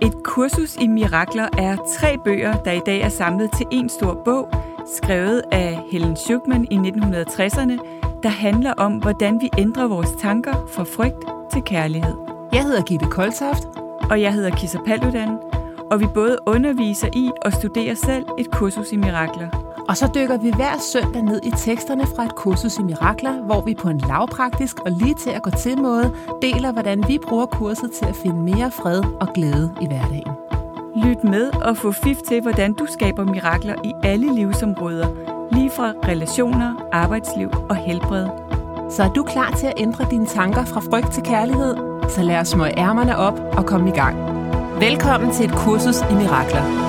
Et kursus i mirakler er 3 bøger, der i dag er samlet til en stor bog, skrevet af Helen Schucman i 1960'erne, der handler om, hvordan vi ændrer vores tanker fra frygt til kærlighed. Jeg hedder Gitte Koltoft. Og jeg hedder Kisser Paludan, og vi både underviser i og studerer selv et kursus i mirakler. Og så dykker vi hver søndag ned i teksterne fra et kursus i mirakler, hvor vi på en lavpraktisk og lige til at gå til måde deler, hvordan vi bruger kurset til at finde mere fred og glæde i hverdagen. Lyt med og få fif til, hvordan du skaber mirakler i alle livsområder, lige fra relationer, arbejdsliv og helbred. Så er du klar til at ændre dine tanker fra frygt til kærlighed? Så lad os smøge ærmerne op og komme i gang. Velkommen til et kursus i mirakler.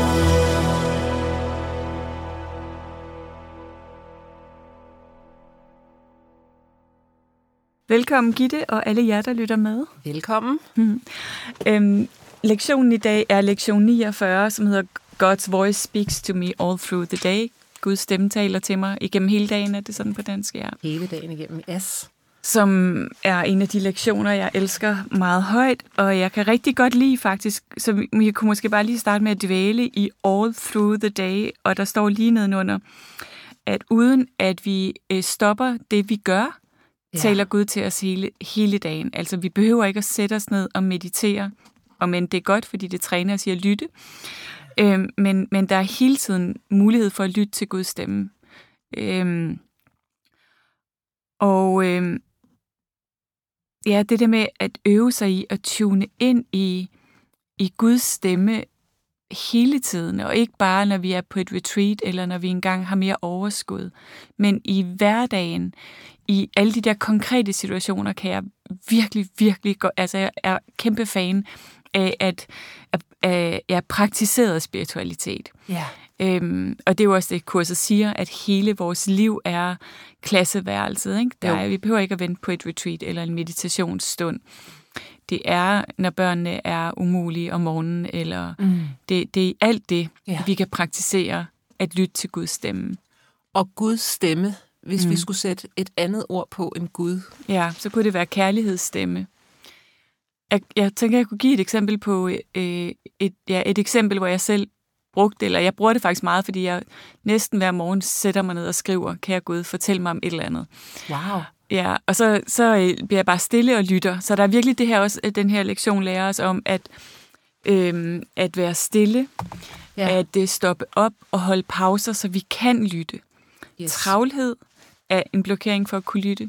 Velkommen Gitte og alle jer, der lytter med. Velkommen. Lektionen i dag er lektion 49, som hedder God's Voice Speaks to Me All Through the Day. Guds stemme taler til mig igennem hele dagen, er det sådan på dansk? Ja. Hele dagen igennem, yes. Som er en af de lektioner, jeg elsker meget højt, og jeg kan rigtig godt lide faktisk, så jeg kunne måske bare lige starte med at dvæle i All Through the Day, og der står lige nedenunder, at uden at vi stopper det, vi gør, taler Gud til os hele dagen. Altså, vi behøver ikke at sætte os ned og meditere, men det er godt, fordi det træner os i at lytte. Men der er hele tiden mulighed for at lytte til Guds stemme. Det der med at øve sig i at tune ind i Guds stemme hele tiden, og ikke bare, når vi er på et retreat, eller når vi engang har mere overskud, men i hverdagen, i alle de der konkrete situationer, kan jeg virkelig gå, altså jeg er kæmpe fan af, at jeg praktiserer spiritualitet. Ja. Og det er jo også det, kurset siger, at hele vores liv er klasseværelset. Ikke? Vi behøver ikke at vente på et retreat eller en meditationsstund. Det er, når børnene er umulige om morgenen, eller det er alt det, vi kan praktisere, at lytte til Guds stemme. Og Guds stemme, hvis vi skulle sætte et andet ord på end Gud. Ja, så kunne det være kærlighedsstemme. Jeg tænker, jeg kunne give et eksempel på et eksempel, hvor jeg selv brugte, eller jeg bruger det faktisk meget, fordi jeg næsten hver morgen sætter mig ned og skriver, kære Gud, fortæl mig om et eller andet. Wow. Ja, og så bliver jeg bare stille og lytter. Så der er virkelig det her også, at den her lektion lærer os om, at være stille, at stoppe op og holde pauser, så vi kan lytte. Yes. Travlhed er en blokering for at kunne lytte.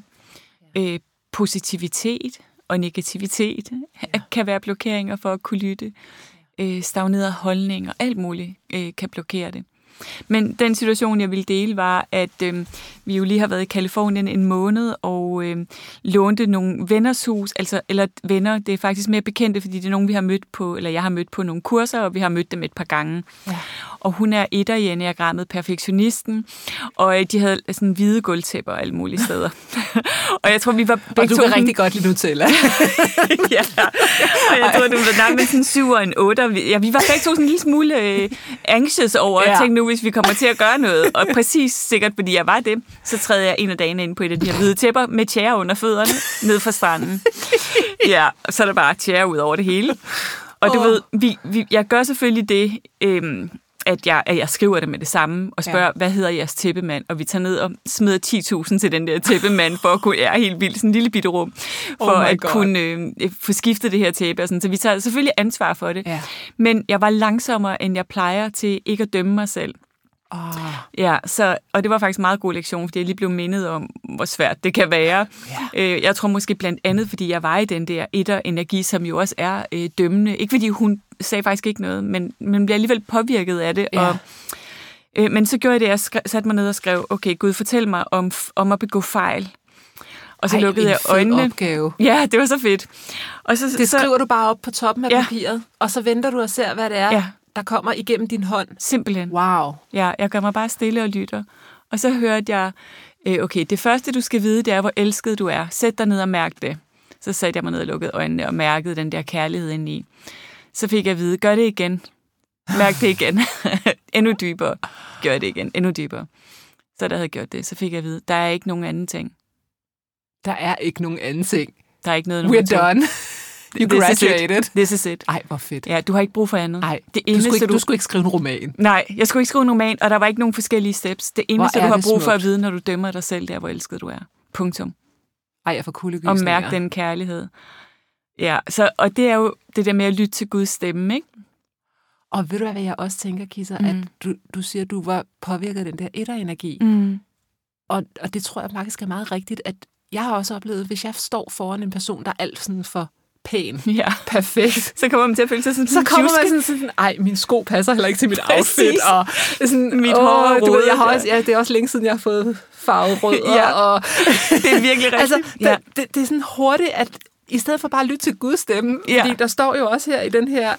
Positivitet og negativitet kan være blokeringer for at kunne lytte. Stagnerede holdninger, alt muligt kan blokere det. Men den situation, jeg ville dele, var, at vi jo lige har været i Californien en måned og lånte nogle venners hus, eller venner, det er faktisk mere bekendte, fordi det er nogen, vi har mødt på, eller jeg har mødt på nogle kurser, og vi har mødt dem et par gange. Ja. Og hun er etter i enneagrammet, perfektionisten, og de havde sådan hvide gulvtæpper alle mulige steder. Og jeg tror, vi var begge og du kan rigtig godt lide Nutella. Ja, og jeg tror, du var nærmest en 7 og en 8. Ja, vi var begge to sådan en lille smule anxious over at tænke nu, hvis vi kommer til at gøre noget. Og præcis sikkert, fordi jeg var det, så træder jeg en af dagene ind på et af de her hvide tæpper med tjære under fødderne ned fra stranden. Ja, og så er der bare tjære ud over det hele. Og du ved, jeg gør selvfølgelig det, at jeg skriver det med det samme og spørger, hvad hedder jeres tæppemand? Og vi tager ned og smider 10.000 til den der tæppemand, for at kunne helt vildt, sådan en lille bitte rum, for at kunne få skiftet det her tæppe. Og sådan. Så vi tager selvfølgelig ansvar for det. Ja. Men jeg var langsommere, end jeg plejer til ikke at dømme mig selv. Ja, og det var faktisk en meget god lektion, fordi jeg lige blev mindet om, hvor svært det kan være. Yeah. Jeg tror måske blandt andet, fordi jeg var i den der etter-energi, som jo også er dømmende. Ikke fordi hun sagde faktisk ikke noget, men blev alligevel påvirket af det. Yeah. Men så gjorde jeg det, jeg satte mig ned og skrev, okay, Gud, fortæl mig om at begå fejl. Og så lukkede jeg øjnene. Opgave. Ja, det var så fedt. Og så skriver du bare op på toppen af papiret, og så venter du og ser, hvad det er, der kommer igennem din hånd. Simpelthen. Wow. Ja, jeg gør mig bare stille og lytter. Og så hørte jeg, okay, det første, du skal vide, det er, hvor elsket du er. Sæt dig ned og mærk det. Så satte jeg mig ned og lukkede øjnene og mærkede den der kærlighed indeni. Så fik jeg at vide, gør det igen. Mærk det igen. Endnu dybere. Gør det igen. Endnu dybere. Så da jeg havde gjort det, så fik jeg at vide, der er ikke nogen anden ting. Der er ikke nogen anden ting. Der er ikke noget. We're done. You graduated. This is it. Ej, hvor fedt. Ja, du har ikke brug for andet. Ej, du skulle ikke skrive en roman. Nej, jeg skulle ikke skrive en roman, og der var ikke nogen forskellige steps. Det eneste, du har brug for smukt. at vide, når du dømmer dig selv, der hvor elsket du er. Punktum. Ej, jeg får kuldegysninger. Og mærk den kærlighed. Ja, og det er jo det der med at lytte til Guds stemme, ikke? Og ved du hvad jeg også tænker, Kisser? At du siger, at du var påvirket af den der etterenergi. Og det tror jeg faktisk er meget rigtigt, at jeg har også oplevet, hvis jeg står foran en person, der er alt sådan for pæn, perfekt, så kommer man til at føle sig sådan så kommer man sådan, ej, min sko passer heller ikke til mit outfit, og sådan, mit hår, du ved, jeg har også, det er også længe siden, jeg har fået farvet rødder, og det er virkelig rigtigt. Altså, det er sådan hurtigt, at i stedet for bare at lytte til Guds stemme, fordi der står jo også her i den her,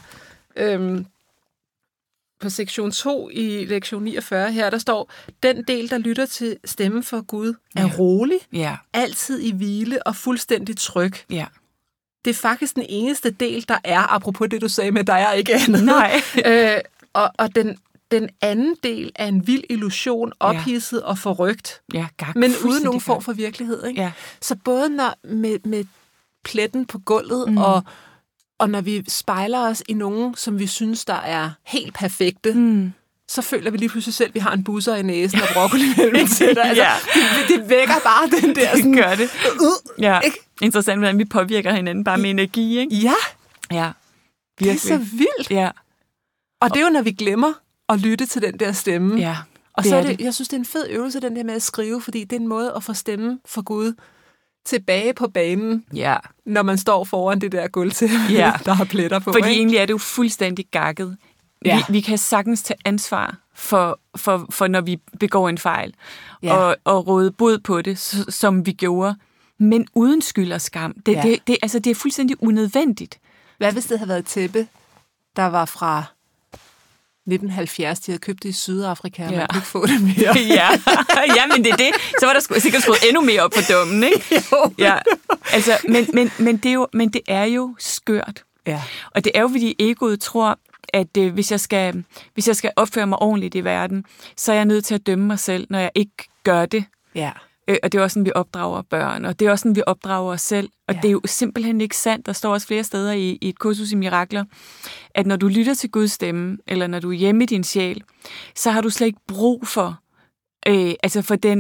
på sektion 2 i lektion 49 her, der står, den del, der lytter til stemmen for Gud, er rolig, altid i hvile og fuldstændig tryg. Ja. Det er faktisk den eneste del, der er, apropos det, du sagde med, der er ikke andet. Nej. Og den anden del er en vild illusion, ophidset og forrygt, men uden nogen form for virkelighed. Ikke? Ja. Så både med pletten på gulvet, og når vi spejler os i nogen, som vi synes, der er helt perfekte, så føler vi lige pludselig selv, at vi har en busser i næsen og broccoli mellem tænder. Altså, det vækker bare den der... Sådan, gør det. Interessant, hvordan vi påvirker hinanden bare med energi, ikke? Ja. Ja. Det er så vildt. Ja. Og det er jo, når vi glemmer at lytte til den der stemme. Ja. Og så er det, jeg synes, det er en fed øvelse, den der med at skrive, fordi det er en måde at få stemmen for Gud tilbage på banen, når man står foran det der gulvtæppe, der har pletter på. Fordi egentlig er det jo fuldstændig gakket. Ja. Vi kan sagtens tage ansvar for når vi begår en fejl, og råde bod på det, som vi gjorde, men uden skyld og skam. Det er fuldstændig unødvendigt. Hvad hvis det havde været et tæppe, der var fra 1970, de havde købt det i Sydafrika, og man kunne ikke få det mere. Men det er det. Så var der sikkert skruet endnu mere op for dummen, ikke? Ja. Altså, men det er jo skørt. Ja. Og det er jo, fordi egoet tror, at hvis jeg skal opføre mig ordentligt i verden, så er jeg nødt til at dømme mig selv, når jeg ikke gør det. Ja. Og det er også sådan, vi opdrager børn, og det er også sådan, vi opdrager os selv. Og det er jo simpelthen ikke sandt. Der står også flere steder i et kursus i mirakler, at når du lytter til Guds stemme, eller når du er hjemme i din sjæl, så har du slet ikke brug for, for den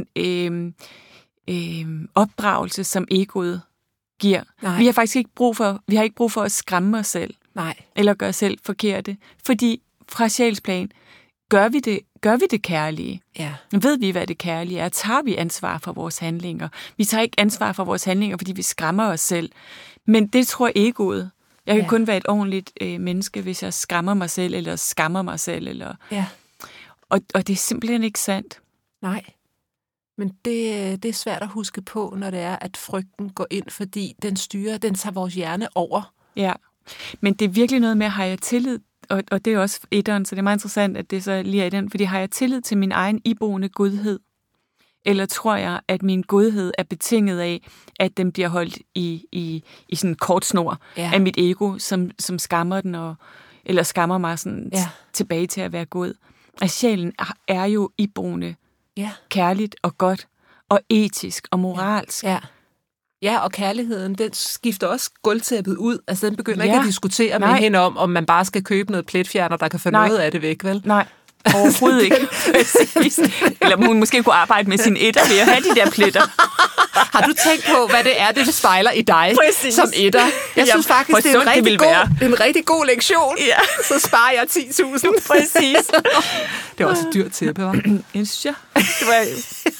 opdragelse, som egoet giver. Nej. Vi har faktisk ikke brug for at skræmme os selv. Nej. Eller gøre os selv forkerte. Fordi fra sjælsplan gør vi det kærlige. Ja. Ved vi, hvad det kærlige er? Tager vi ansvar for vores handlinger? Vi tager ikke ansvar for vores handlinger, fordi vi skræmmer os selv. Men det tror egoet. Jeg kan kun være et ordentligt menneske, hvis jeg skræmmer mig selv, eller skammer mig selv. Eller... Ja. Og det er simpelthen ikke sandt. Nej. Men det er svært at huske på, når det er, at frygten går ind, fordi den tager vores hjerne over. Ja. Men det er virkelig noget med, har jeg tillid, og det er også etteren, så det er meget interessant, at det så lige er i den, fordi har jeg tillid til min egen iboende godhed? Eller tror jeg, at min godhed er betinget af, at den bliver holdt i sådan en kort snor af mit ego, som skammer den, eller skammer mig sådan tilbage til at være god? Og sjælen er jo iboende kærligt og godt, og etisk og moralsk. Ja, og kærligheden, den skifter også gulvtæppet ud. Altså, den begynder ikke at diskutere med hende om man bare skal købe noget pletfjerner, der kan få noget af det væk, vel? Nej, overhovedet ikke. Præcis. Eller hun måske kunne arbejde med sin etter ved at have de der pletter. Har du tænkt på, hvad det er, det spejler i dig som etter? Jeg synes faktisk, det er en rigtig god lektion. Ja. Så sparer jeg 10.000. Præcis. Det var også et dyrt tæppe, hva'? Jeg synes, det var...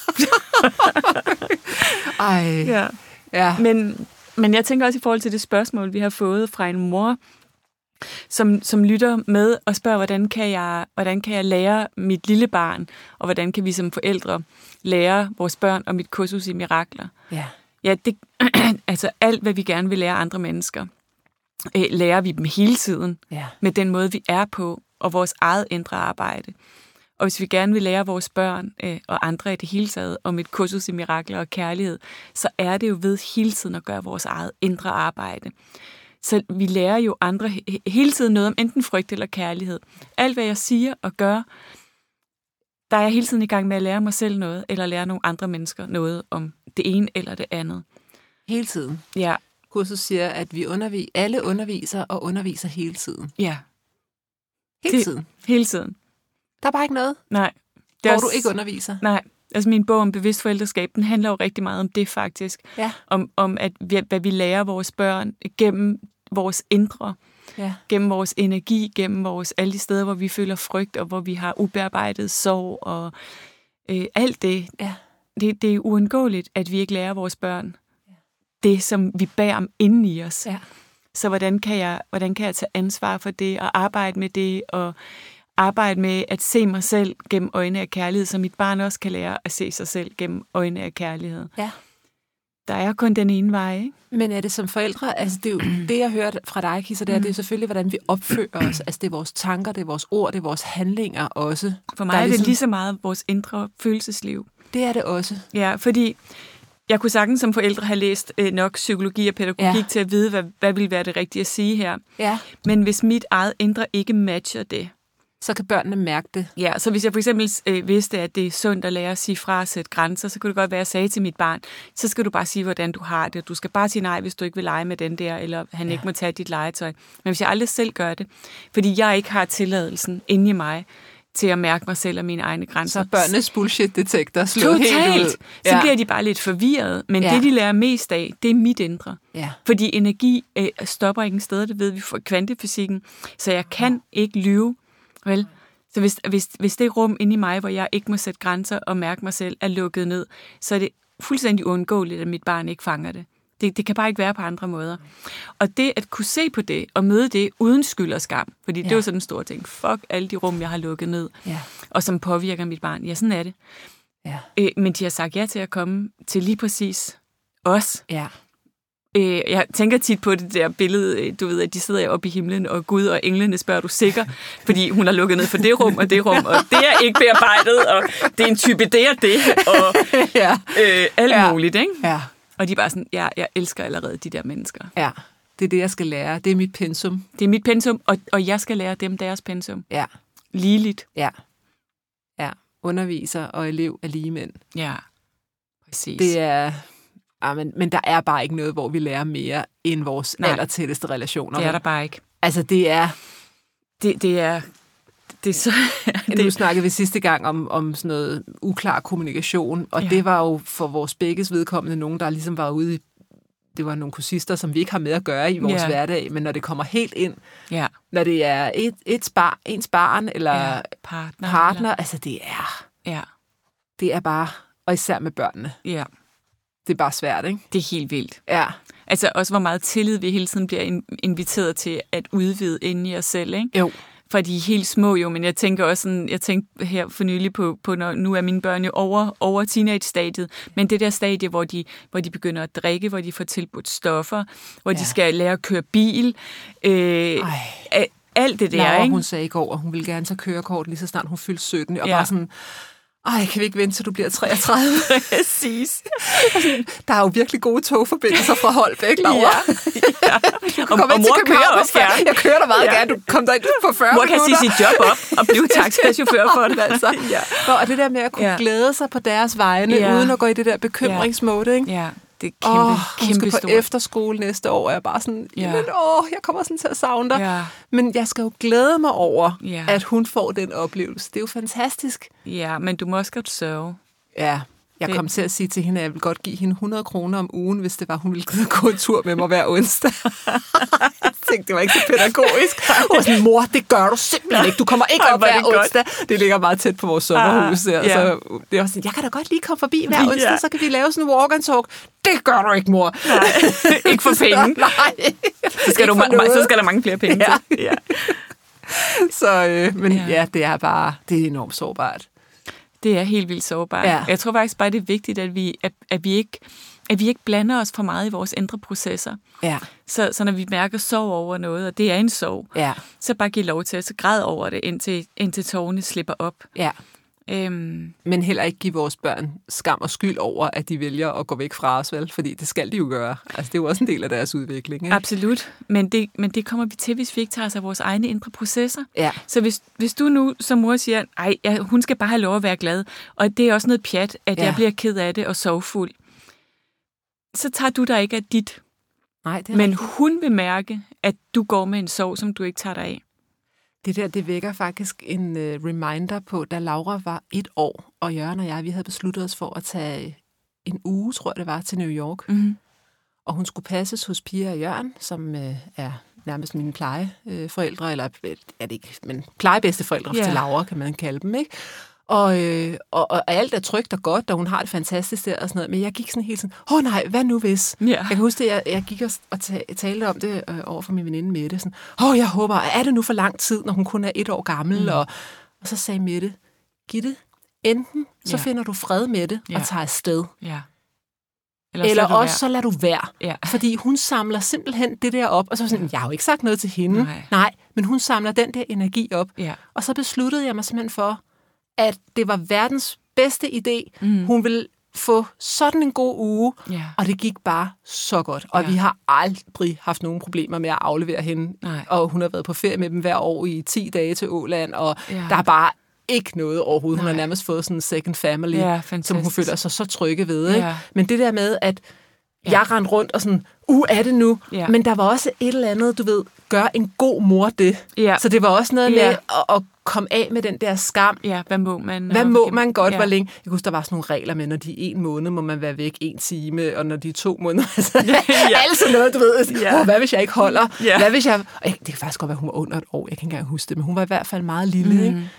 Ej... Ja. Ja. Men jeg tænker også i forhold til det spørgsmål, vi har fået fra en mor, som lytter med og spørger, hvordan kan jeg lære mit lille barn, og hvordan kan vi som forældre lære vores børn om et kursus i mirakler. Ja, det, altså alt, hvad vi gerne vil lære andre mennesker, lærer vi dem hele tiden med den måde, vi er på, og vores eget indre arbejde. Og hvis vi gerne vil lære vores børn og andre i det hele taget om et kursus i mirakler og kærlighed, så er det jo ved hele tiden at gøre vores eget indre arbejde. Så vi lærer jo andre hele tiden noget om enten frygt eller kærlighed. Alt, hvad jeg siger og gør, der er jeg hele tiden i gang med at lære mig selv noget, eller lære nogle andre mennesker noget om det ene eller det andet. Hele tiden? Ja. kursus siger, at alle underviser og underviser hele tiden. Ja. Hele tiden. Hele tiden. Der er bare ikke noget, nej, hvor du ikke underviser. Nej, altså min bog om bevidst forældreskab, den handler jo rigtig meget om det faktisk. Ja. Om at hvad vi lærer vores børn gennem vores indre. Ja. Gennem vores energi, gennem alle de steder, hvor vi føler frygt, og hvor vi har ubearbejdet sorg, og alt det. Ja. Det er uundgåeligt, at vi ikke lærer vores børn det, som vi bærer inden i os. Ja. Så hvordan kan jeg tage ansvar for det, og arbejde med det, og arbejde med at se mig selv gennem øjne af kærlighed, så mit barn også kan lære at se sig selv gennem øjne af kærlighed. Ja. Der er kun den ene vej, ikke? Men er det som forældre, altså det er jo det, jeg hørte fra dig, Kisser, det er selvfølgelig, hvordan vi opfører os. Altså det er vores tanker, det er vores ord, det er vores handlinger også. For mig er det lige så meget vores indre følelsesliv. Det er det også. Ja, fordi jeg kunne sagtens som forældre have læst nok psykologi og pædagogik til at vide, hvad vil være det rigtige at sige her. Ja. Men hvis mit eget indre ikke matcher det, så kan børnene mærke det. Ja, så hvis jeg for eksempel vidste, at det er sundt at lære at sige fra og sætte grænser, så kunne det godt være, at jeg sagde til mit barn, så skal du bare sige, hvordan du har det. Du skal bare sige nej, hvis du ikke vil lege med den der, eller han ikke må tage dit legetøj. Men hvis jeg aldrig selv gør det, fordi jeg ikke har tilladelsen inde i mig til at mærke mig selv og mine egne grænser. Så børnenes bullshit-detektor slår helt ud. Så bliver de bare lidt forvirret. Men det, de lærer mest af, det er mit indre. Ja. Fordi energi stopper ingen steder, det ved vi fra kvantefysikken. Så jeg kan ikke lyve. Vel? Så hvis det rum inde i mig, hvor jeg ikke må sætte grænser og mærke mig selv, er lukket ned, så er det fuldstændig uundgåeligt, at mit barn ikke fanger det. Det kan bare ikke være på andre måder. Og det at kunne se på det og møde det uden skyld og skam, fordi det er jo sådan en stor ting. Fuck alle de rum, jeg har lukket ned, og som påvirker mit barn. Ja, sådan er det. Ja. Men de har sagt ja til at komme til lige præcis os. Ja. Jeg tænker tit på det der billede, du ved, at de sidder oppe i himlen, og Gud og englene spørger, du sikker? Fordi hun har lukket ned for det rum, og det rum, og det er ikke bearbejdet, og det er en type det og det, og alt muligt, ikke? Ja. Og de er bare sådan, jeg elsker allerede de der mennesker. Ja, det er det, jeg skal lære. Det er mit pensum. Det er mit pensum, og jeg skal lære dem deres pensum. Ja. Ligeligt. Ja. Ja. Underviser og elev er lige mænd. Ja, præcis. Det er... Ja, men der er bare ikke noget, hvor vi lærer mere end vores allertætteste relationer. Det er der bare ikke. Altså, det er... Det er så... Nu snakkede vi sidste gang om sådan noget uklar kommunikation, og det var jo for vores begges vedkommende nogen, der ligesom var ude i... Det var nogle kursister, som vi ikke har med at gøre i vores hverdag, men når det kommer helt ind, når det er ens barn eller partner, altså det er... Ja. Det er bare... Og især med børnene. Ja. Det er bare svært, ikke? Det er helt vildt. Ja. Altså også, hvor meget tillid vi hele tiden bliver inviteret til at udvide inde i os selv, ikke? Jo. For de er helt små jo, men jeg tænker også sådan, jeg tænkte her for nylig på når nu er mine børn jo over teenage-stadiet, men det der stadie, hvor de begynder at drikke, hvor de får tilbudt stoffer, hvor de skal lære at køre bil, alt det der, Laura, ikke? Hun sagde i går, at hun ville gerne tage kørekort lige så snart hun fyldte 17, og bare sådan... kan vi ikke vente, til du bliver 33? Præcis. Der er jo virkelig gode togforbindelser fra Holbæk, Laura. Og mor kører også gerne. Jeg kører dig meget gerne. Du kom der ikke på 40 minutter. Mor kan sige sit job op og blive taxachauffør for det. Altså. Og det der med at kunne glæde sig på deres vegne, uden at gå i det der bekymringsmode, ikke? Ja. Det er kæmpe skal på efterskole næste år, og jeg er bare sådan, jeg kommer sådan til at savne dig. Ja. Men jeg skal jo glæde mig over, at hun får den oplevelse. Det er jo fantastisk. Ja, men du må også godt sørge. Ja, jeg kom til at sige til hende, at jeg ville godt give hende 100 kroner om ugen, hvis det var, hun ville gå en tur med mig hver onsdag. Jeg tænkte, det var ikke så pædagogisk. Og sådan, mor, det gør du simpelthen ikke. Du kommer ikke op hver onsdag. Det ligger meget tæt på vores sommerhus der. Så det var sådan, jeg kan da godt lige komme forbi hver onsdag, så kan vi lave sådan en walk and talk. Det gør du ikke, mor. Nej, ikke for penge. Nej. Så skal der mange flere penge til. Ja. Så, det er bare, det er enormt sårbart. Det er helt vildt sårbart. Ja. Jeg tror faktisk bare, det er vigtigt, at vi ikke blander os for meget i vores indre processer. Ja. Så når vi mærker sorg over noget, og det er en sorg, så bare giv lov til at græde over det, indtil tårerne slipper op. Ja. Men heller ikke give vores børn skam og skyld over, at de vælger at gå væk fra os, vel? Fordi det skal de jo gøre. Altså, det er jo også en del af deres udvikling. Ikke? Absolut. Men det kommer vi til, hvis vi ikke tager os af vores egne indre processer. Ja. Så hvis du nu som mor siger, hun skal bare have lov at være glad, og det er også noget pjat, at jeg bliver ked af det og sorgfuld, så tager du dig ikke af dit. Nej, det er men rigtigt. hun vil mærke, at du går med en sorg, som du ikke tager dig af. Det vækker faktisk en reminder på, da Laura var 1 år, og Jørgen og jeg, vi havde besluttet os for at tage en uge, tror jeg det var, til New York. Mm-hmm. Og hun skulle passes hos Pia og Jørgen, som er nærmest mine plejeforældre, eller er det ikke, men plejebedsteforældre til Laura, kan man kalde dem, ikke? Og alt er trygt og godt, og hun har det fantastisk der og sådan noget, men jeg gik sådan helt sådan, nej, hvad nu hvis? Yeah. Jeg kan huske det, jeg gik og talte om det over for min veninde Mette, sådan, jeg håber, er det nu for lang tid, når hun kun er 1 år gammel? Og så sagde Mette, Gitte, enten så finder du fred med det og tager afsted, eller også så lader du være. Fordi hun samler simpelthen det der op, og så sådan, jeg har jo ikke sagt noget til hende. Nej, men hun samler den der energi op. Og så besluttede jeg mig simpelthen for, at det var verdens bedste idé. Hun ville få sådan en god uge, og det gik bare så godt. Og vi har aldrig haft nogen problemer med at aflevere hende. Og hun har været på ferie med dem hver år i 10 dage til Åland, og der er bare ikke noget overhovedet. Hun har nærmest fået sådan en second family, som hun føler sig så trygge ved. Ikke? Men det der med, at jeg rendte rundt og sådan, er det nu? Men der var også et eller andet, du ved, gør en god mor det. Så det var også noget med at komme af med den der skam. Hvad må man? Hvad må man godt, hvor længe? Jeg husker, der var sådan nogle regler med, når de er 1 måned, må man være væk 1 time, og når de er 2 måneder, alt sådan noget, du ved. Hvad hvis jeg ikke holder? Hvad hvis jeg... Det kan faktisk godt være, hun var under 1 år, jeg kan ikke engang huske det, men hun var i hvert fald meget lille, ikke?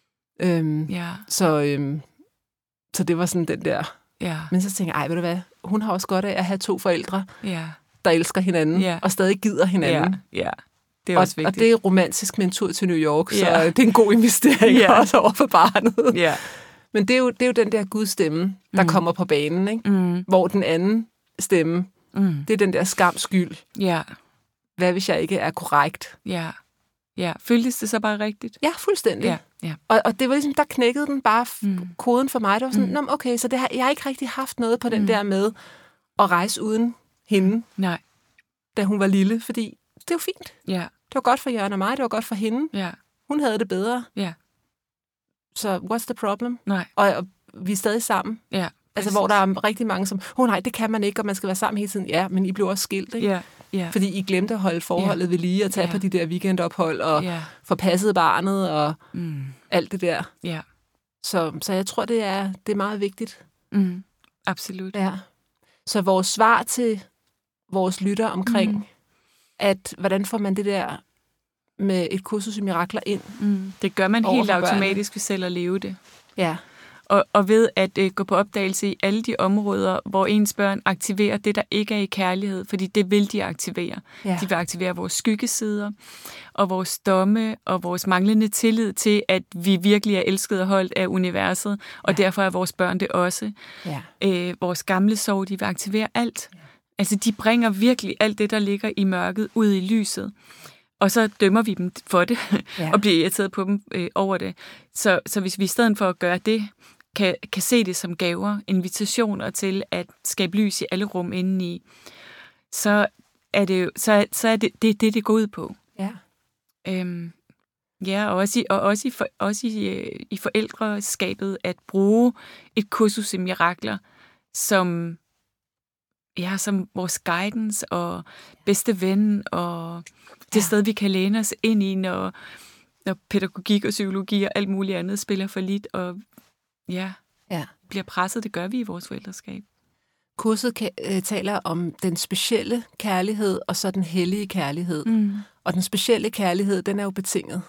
Så det var sådan den der... Men så tænkte jeg, ved du hvad, hun har også godt af at have 2 forældre, der elsker hinanden, og stadig gider hinanden. Det er også vigtigt. Og det er romantisk med en tur til New York, så det er en god investering også over for barnet. Men det er jo den der gudstemme, der kommer på banen, ikke? Hvor den anden stemme, det er den der skamskyld. Hvad hvis jeg ikke er korrekt? Føltes det så bare rigtigt? Ja, fuldstændig. Og det var ligesom, der knækkede den bare koden for mig. Det var sådan, okay, så jeg har ikke rigtig haft noget på den der med at rejse uden hende, da hun var lille, fordi det var fint. Det var godt for Jørgen og mig, det var godt for hende. Hun havde det bedre. Så what's the problem? Og vi er stadig sammen. Altså, hvor der er rigtig mange, som, nej, det kan man ikke, og man skal være sammen hele tiden. Ja, men I blev også skilt, ikke? Fordi I glemte at holde forholdet ved lige, og tage på de der weekendophold, og få passet barnet, og alt det der. Så jeg tror, det er meget vigtigt. Absolut. Så vores svar til vores lytter omkring, at hvordan får man det der med et kursus i mirakler ind? Det gør man helt automatisk ved selv at leve det. Og ved at gå på opdagelse i alle de områder, hvor ens børn aktiverer det, der ikke er i kærlighed, fordi det vil de aktivere. De vil aktivere vores skyggesider, og vores domme, og vores manglende tillid til, at vi virkelig er elsket og holdt af universet, og derfor er vores børn det også. Vores gamle sorg, de vil aktivere alt. Altså, de bringer virkelig alt det, der ligger i mørket, ud i lyset. Og så dømmer vi dem for det, og bliver irriteret på dem over det. Så hvis vi i stedet for at gøre det, kan se det som gaver, invitationer til at skabe lys i alle rum indeni, så er det jo, så er det går ud på. Og også i forældreskabet at bruge et kursus i mirakler som vores guidance og bedste ven og det sted, vi kan læne os ind i, når pædagogik og psykologi og alt muligt andet spiller for lidt og bliver presset. Det gør vi i vores forældreskab. Kurset taler om den specielle kærlighed og så den hellige kærlighed. Og den specielle kærlighed, den er jo betinget.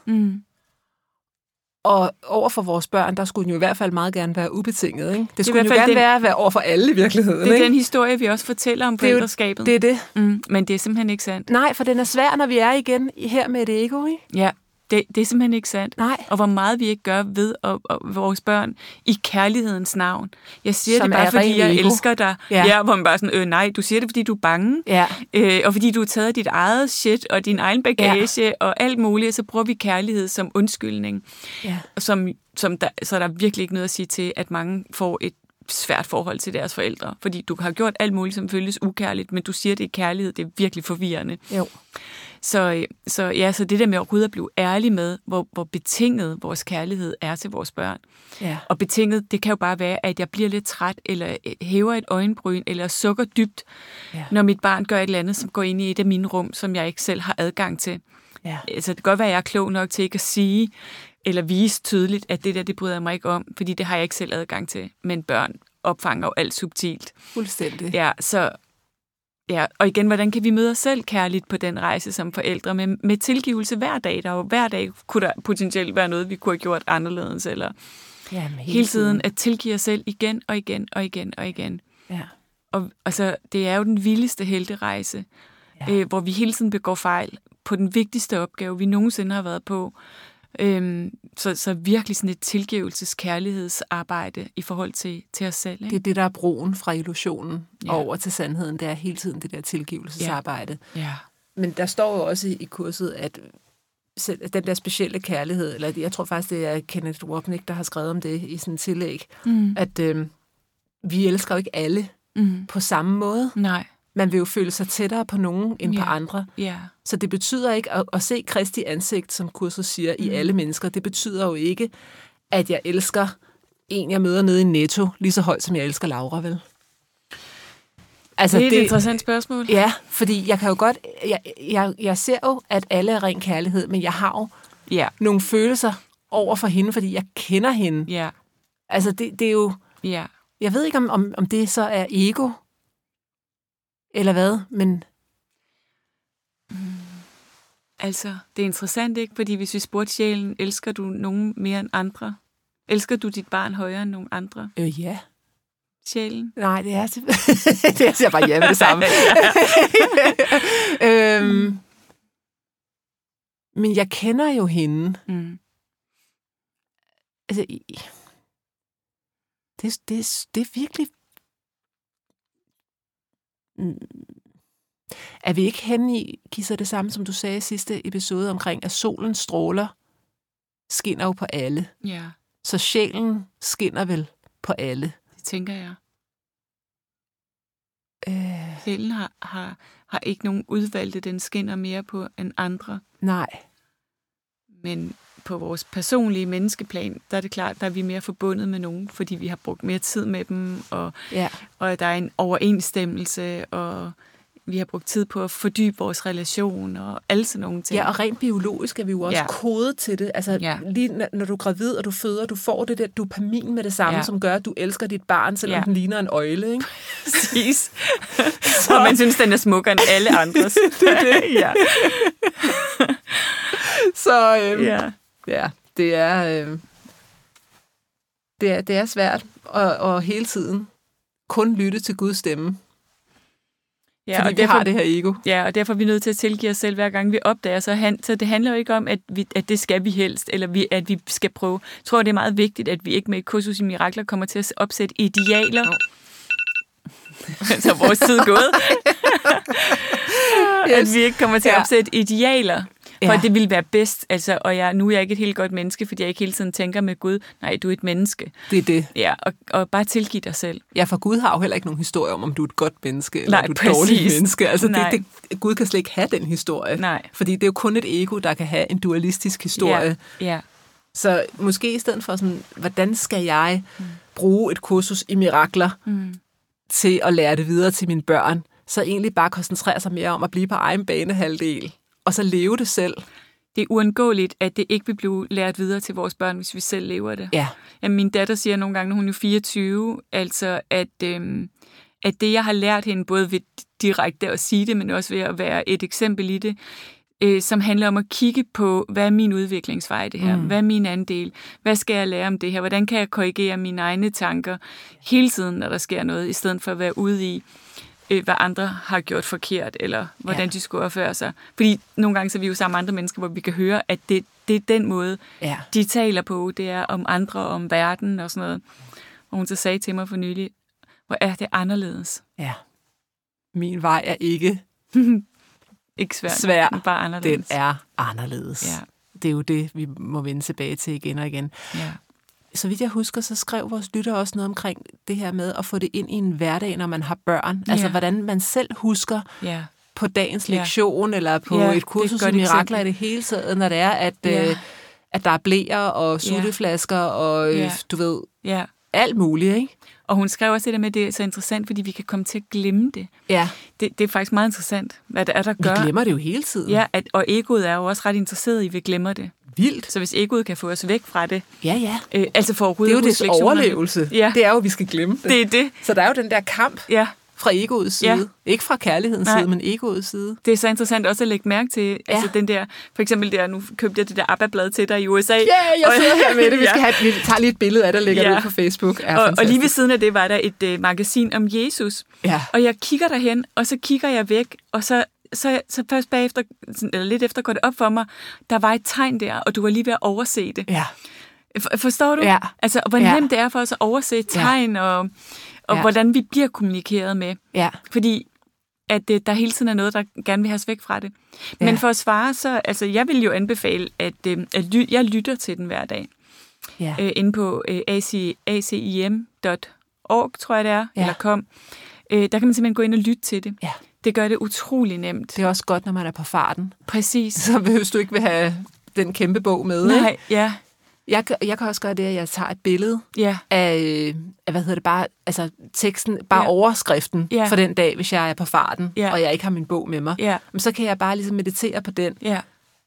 Og over for vores børn, der skulle den jo i hvert fald meget gerne være ubetinget. Ikke? Det skulle jo gerne være over for alle i virkeligheden. Det er den historie, vi også fortæller om forældreskabet. Det er det. Men det er simpelthen ikke sandt. Nej, for den er svær, når vi er igen her med et ego, ikke? Ja, det er simpelthen ikke sandt. Nej. Og hvor meget vi ikke gør ved vores børn i kærlighedens navn. Jeg siger som det bare, fordi jeg elsker dig. Hvor man bare sådan, nej, du siger det, fordi du er bange. Og fordi du har taget dit eget shit og din egen bagage og alt muligt, så bruger vi kærlighed som undskyldning. Så der er virkelig ikke noget at sige til, at mange får et svært forhold til deres forældre. Fordi du har gjort alt muligt, som føles ukærligt, men du siger, det er kærlighed. Det er virkelig forvirrende. Så det der med at rydde og blive ærlig med, hvor betinget vores kærlighed er til vores børn. Ja. Og betinget, det kan jo bare være, at jeg bliver lidt træt, eller hæver et øjenbryn, eller sukker dybt, når mit barn gør et eller andet, som går ind i et af mine rum, som jeg ikke selv har adgang til. Ja. Altså, det kan godt være, at jeg er klog nok til ikke at sige, eller vise tydeligt, at det der, det bryder jeg mig ikke om, fordi det har jeg ikke selv adgang til. Men børn opfanger jo alt subtilt. Fuldstændig. Ja, så... Ja, og igen, hvordan kan vi møde os selv kærligt på den rejse som forældre med tilgivelse hver dag? Hver dag kunne der potentielt være noget, vi kunne have gjort anderledes, eller hele tiden at tilgive os selv igen og igen og igen og igen. Ja. Og altså, det er jo den vildeste helterejse, hvor vi hele tiden begår fejl på den vigtigste opgave, vi nogensinde har været på. Så virkelig sådan et tilgivelseskærlighedsarbejde i forhold til os selv. Ikke? Det er det, der er broen fra illusionen over til sandheden. Det er hele tiden det der tilgivelsesarbejde. Ja. Men der står jo også i kurset, at den der specielle kærlighed, eller jeg tror faktisk, det er Kenneth Wapnick, der har skrevet om det i sådan et tillæg, at vi elsker jo ikke alle på samme måde. Nej. Man vil jo føle sig tættere på nogen end på andre. Yeah. Så det betyder ikke at se Kristi ansigt, som kurset siger, i alle mennesker. Det betyder jo ikke, at jeg elsker en, jeg møder nede i Netto, lige så højt, som jeg elsker Laura, vel? Altså, det er et interessant spørgsmål. Ja, fordi jeg kan jo godt... Jeg ser jo, at alle er ren kærlighed, men jeg har jo nogle følelser over for hende, fordi jeg kender hende. Ja. Altså, det er jo... Ja. Jeg ved ikke, om det så er ego, eller hvad, men... Altså, det er interessant, ikke? Fordi hvis vi spurgte sjælen, elsker du nogen mere end andre? Elsker du dit barn højere end nogen andre? Ja. Sjælen? Nej, det er... det siger bare ja med det samme. Men jeg kender jo hende. Altså, det er virkelig... Er vi ikke henne i, Kisser, det samme, som du sagde i sidste episode omkring, at solens stråler skinner jo på alle. Ja. Så sjælen skinner vel på alle. Det tænker jeg. Sjælen har ikke nogen udvalgte, den skinner mere på end andre. Nej. Men på vores personlige menneskeplan, der er det klart, der er vi mere forbundet med nogen, fordi vi har brugt mere tid med dem, og der er en overensstemmelse, og vi har brugt tid på at fordybe vores relation, og alle sådan nogle ting. Ja, og rent biologisk er vi jo også kodet til det. Altså, lige når du er gravid, og du føder, du får det der dopamin med det samme, som gør, at du elsker dit barn, selvom den ligner en øgle, ikke? Præcis. Og man synes, den er smukkere end alle andres. Det er det. Ja. Så det er svært at hele tiden kun lytte til Guds stemme. Ja, fordi vi har det her ego. Ja, og derfor er vi nødt til at tilgive os selv, hver gang vi opdager. Så det handler jo ikke om, at det skal vi helst, eller at vi skal prøve. Jeg tror, det er meget vigtigt, at vi ikke med et kursus i mirakler kommer til at opsætte idealer. Så vores tid er gået. At vi ikke kommer til at opsætte idealer. For det ville være bedst, altså, og nu er jeg ikke et helt godt menneske, fordi jeg ikke hele tiden tænker med Gud, nej, du er et menneske. Det er det. Ja, og bare tilgive dig selv. Ja, for Gud har jo heller ikke nogen historie om du er et godt menneske, eller du er et dårligt menneske. Altså, Gud kan slet ikke have den historie. Nej. Fordi det er jo kun et ego, der kan have en dualistisk historie. Ja. Så måske i stedet for sådan, hvordan skal jeg bruge et kursus i mirakler til at lære det videre til mine børn, så egentlig bare koncentrere sig mere om at blive på egen banehalvdel. Og så leve det selv. Det er uundgåeligt, at det ikke vil blive lært videre til vores børn, hvis vi selv lever det. Ja. Jamen, min datter siger nogle gange, når hun er 24, altså at det, jeg har lært hende, både ved direkte at sige det, men også ved at være et eksempel i det, som handler om at kigge på, hvad er min udviklingsvej i det her? Hvad er min andel? Hvad skal jeg lære om det her? Hvordan kan jeg korrigere mine egne tanker hele tiden, når der sker noget, i stedet for at være ude i hvad andre har gjort forkert, eller hvordan de skulle opføre sig. Fordi nogle gange så er vi jo sammen med andre mennesker, hvor vi kan høre, at det er den måde, de taler på. Det er om andre, om verden og sådan noget. Og hun så sagde til mig for nylig, hvor er det anderledes? Ja. Min vej er ikke ikke svær, bare anderledes. Den er anderledes. Ja. Det er jo det, vi må vende tilbage til igen og igen. Ja. Så vidt jeg husker, så skrev vores lytter også noget omkring det her med at få det ind i en hverdag, når man har børn. Altså, hvordan man selv husker på dagens lektion, eller på et kursus i mirakler i det hele taget, når det er, at der er bleer og sutteflasker og du ved, alt muligt, ikke? Og hun skrev også det der med, at det er så interessant, fordi vi kan komme til at glemme det. Ja. Det er faktisk meget interessant, hvad det er, der gør. Vi glemmer det jo hele tiden. Ja, og egoet er jo også ret interesseret i, at vi glemmer det. Vildt. Så hvis egoet kan få os væk fra det. Ja. Altså for det er jo dets overlevelse. Ja. Det er jo, at vi skal glemme det. Det er det. Så der er jo den der kamp fra egoets side. Ja. Ikke fra kærlighedens side, men egoets side. Det er så interessant også at lægge mærke til. Altså den der, for eksempel der, nu købte jeg det der ABBA-blad til dig i USA. Ja, jeg sidder her med det. Vi tager lige et billede af det og lægger det ud på Facebook. Og lige ved siden af det var der et magasin om Jesus. Ja. Og jeg kigger derhen, og så kigger jeg væk, og så først bagefter, eller lidt efter går det op for mig, der var et tegn der, og du var lige ved at overse det. Ja. Forstår du? Ja. Altså, hvor nemt det er for os at overse tegn, og hvordan vi bliver kommunikeret med. Ja. Fordi at der hele tiden er noget, der gerne vil have os væk fra det. Men for at svare, så altså, jeg vil jo anbefale, at jeg lytter til den hver dag. Ja. Inde på acim.org, tror jeg det er, eller kom. Der kan man simpelthen gå ind og lytte til det. Ja. Det gør det utrolig nemt. Det er også godt, når man er på farten. Præcis. Så behøver du ikke vil have den kæmpe bog med. Nej, ja. Jeg kan også gøre det, at jeg tager et billede af bare, altså teksten, bare overskriften for den dag, hvis jeg er på farten, og jeg ikke har min bog med mig. Ja. Men så kan jeg bare ligesom meditere på den. Ja.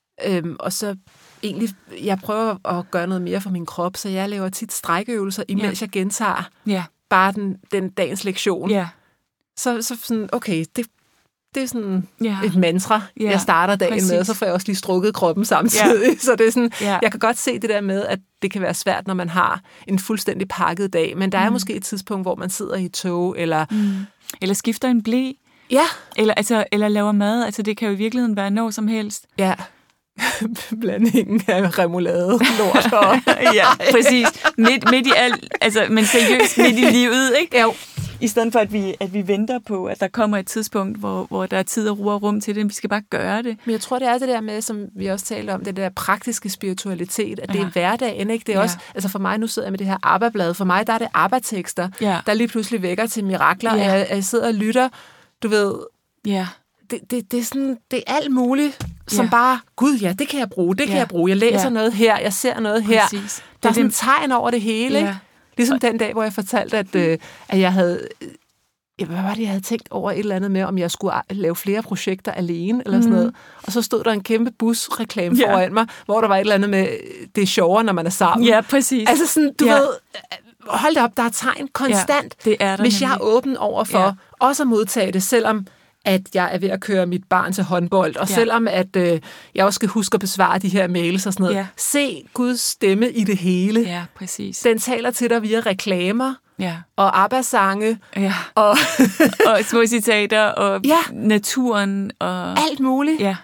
Og så egentlig, jeg prøver at gøre noget mere for min krop, så jeg laver tit strækøvelser, imens jeg gentager bare den dagens lektion. Ja. Så sådan, okay, det er sådan et mantra, jeg starter dagen med, og så får jeg også lige strukket kroppen samtidig. Ja. Så det er sådan, jeg kan godt se det der med, at det kan være svært, når man har en fuldstændig pakket dag, men der er måske et tidspunkt, hvor man sidder i et tog, eller skifter en ble. Ja. Eller laver mad. Altså, det kan jo i virkeligheden være når som helst. Ja. Blandingen af remoulade, lort og... ja, præcis. Midt i alt, altså, men seriøst midt i livet, ikke? Jo. I stedet for, at vi venter på, at der kommer et tidspunkt, hvor der er tid og ro og rum til det. Vi skal bare gøre det. Men jeg tror, det er det der med, som vi også talte om, det der praktiske spiritualitet, at det er hverdagen, ikke? Det er også, altså for mig, nu sidder jeg med det her ABBA-blad, for mig, der er det ABBA-tekster, der lige pludselig vækker til mirakler, jeg sidder og lytter, du ved... Ja. Det er sådan, det er alt muligt, som bare, gud ja, det kan jeg bruge, det kan jeg bruge. Jeg læser noget her, jeg ser noget her. Præcis. Der er sådan en tegn over det hele, ikke? Ligesom den dag, hvor jeg fortalte, at jeg havde... Hvad var det, jeg havde tænkt over et eller andet med, om jeg skulle lave flere projekter alene, eller sådan noget. Og så stod der en kæmpe busreklame foran mig, hvor der var et eller andet med, det er sjovere, når man er sammen. Ja, præcis. Altså sådan, du ved, hold da op, der er tegn konstant, det er der hvis jeg er åben over for også at modtage det, selvom at jeg er ved at køre mit barn til håndbold, og selvom at jeg også skal huske at besvare de her mails og sådan noget. Se Guds stemme i det hele. Ja, præcis. Den taler til dig via reklamer, og ABBA-sange, og små citater, og naturen. Og... alt muligt. Ja.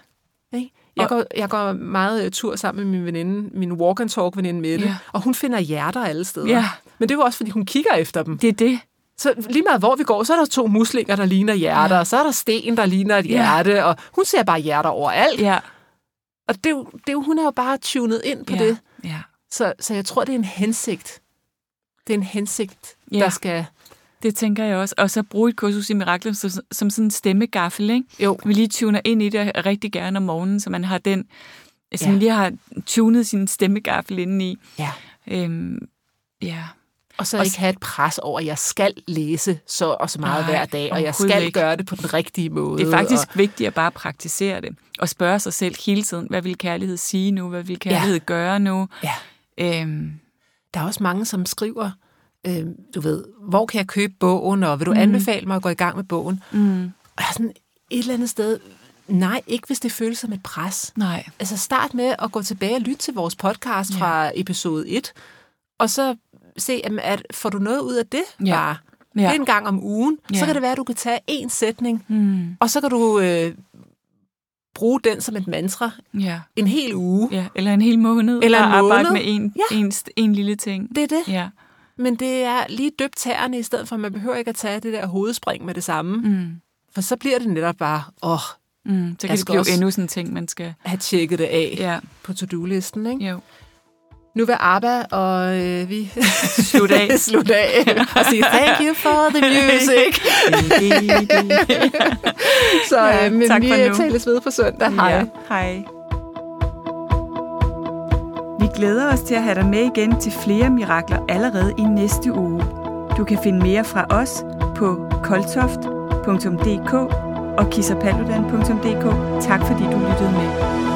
Jeg går meget tur sammen med min veninde, min walk-and-talk-veninde Mette, og hun finder hjerter alle steder. Ja. Men det er jo også, fordi hun kigger efter dem. Det er det. Så lige meget hvor vi går, så er der 2 muslinger, der ligner hjerter, og så er der sten, der ligner et hjerte, og hun ser bare hjerter overalt. Ja. Og det er jo, hun er jo bare tunet ind på det. Ja. Så jeg tror, det er en hensigt. Det er en hensigt, der skal... Det tænker jeg også. Og så bruge et kursus i mirakler som sådan en stemmegaffel, ikke? Jo. Vi lige tuner ind i det rigtig gerne om morgenen, så man har den... Altså man lige har tunet sin stemmegaffel indeni. Ja. Ja. Og så ikke have et pres over, at jeg skal læse så og så meget hver dag, og jeg skal gøre det på den rigtige måde. Det er faktisk vigtigt at bare praktisere det, og spørge sig selv hele tiden, hvad vil kærlighed sige nu, hvad vil kærlighed gøre nu? Ja. Der er også mange, som skriver, du ved, hvor kan jeg købe bogen, og vil du anbefale mig at gå i gang med bogen? Og jeg er sådan et eller andet sted... Nej, ikke hvis det føles som et pres. Nej. Altså start med at gå tilbage og lytte til vores podcast fra episode 1, og så se, at får du noget ud af det bare. Det er en gang om ugen. Så kan det være, at du kan tage 1 sætning, og så kan du bruge den som et mantra en hel uge. Ja, eller en hel måned. Eller en måned. Arbejde med en lille ting. Det er det. Ja. Men det er lige døbt tæerne, i stedet for, at man behøver ikke at tage det der hovedspring med det samme. For så bliver det netop bare, så kan det blive endnu sådan en ting, man skal have tjekket det af på to-do-listen, ikke? Jo. Nu vil ABBA, og vi slutte af. Slut af og sige thank you for the music. Så men vi tales ved på søndag. Hej. Ja, hej. Vi glæder os til at have dig med igen til flere mirakler allerede i næste uge. Du kan finde mere fra os på koltoft.dk og kissapaludan.dk. Tak fordi du lyttede med.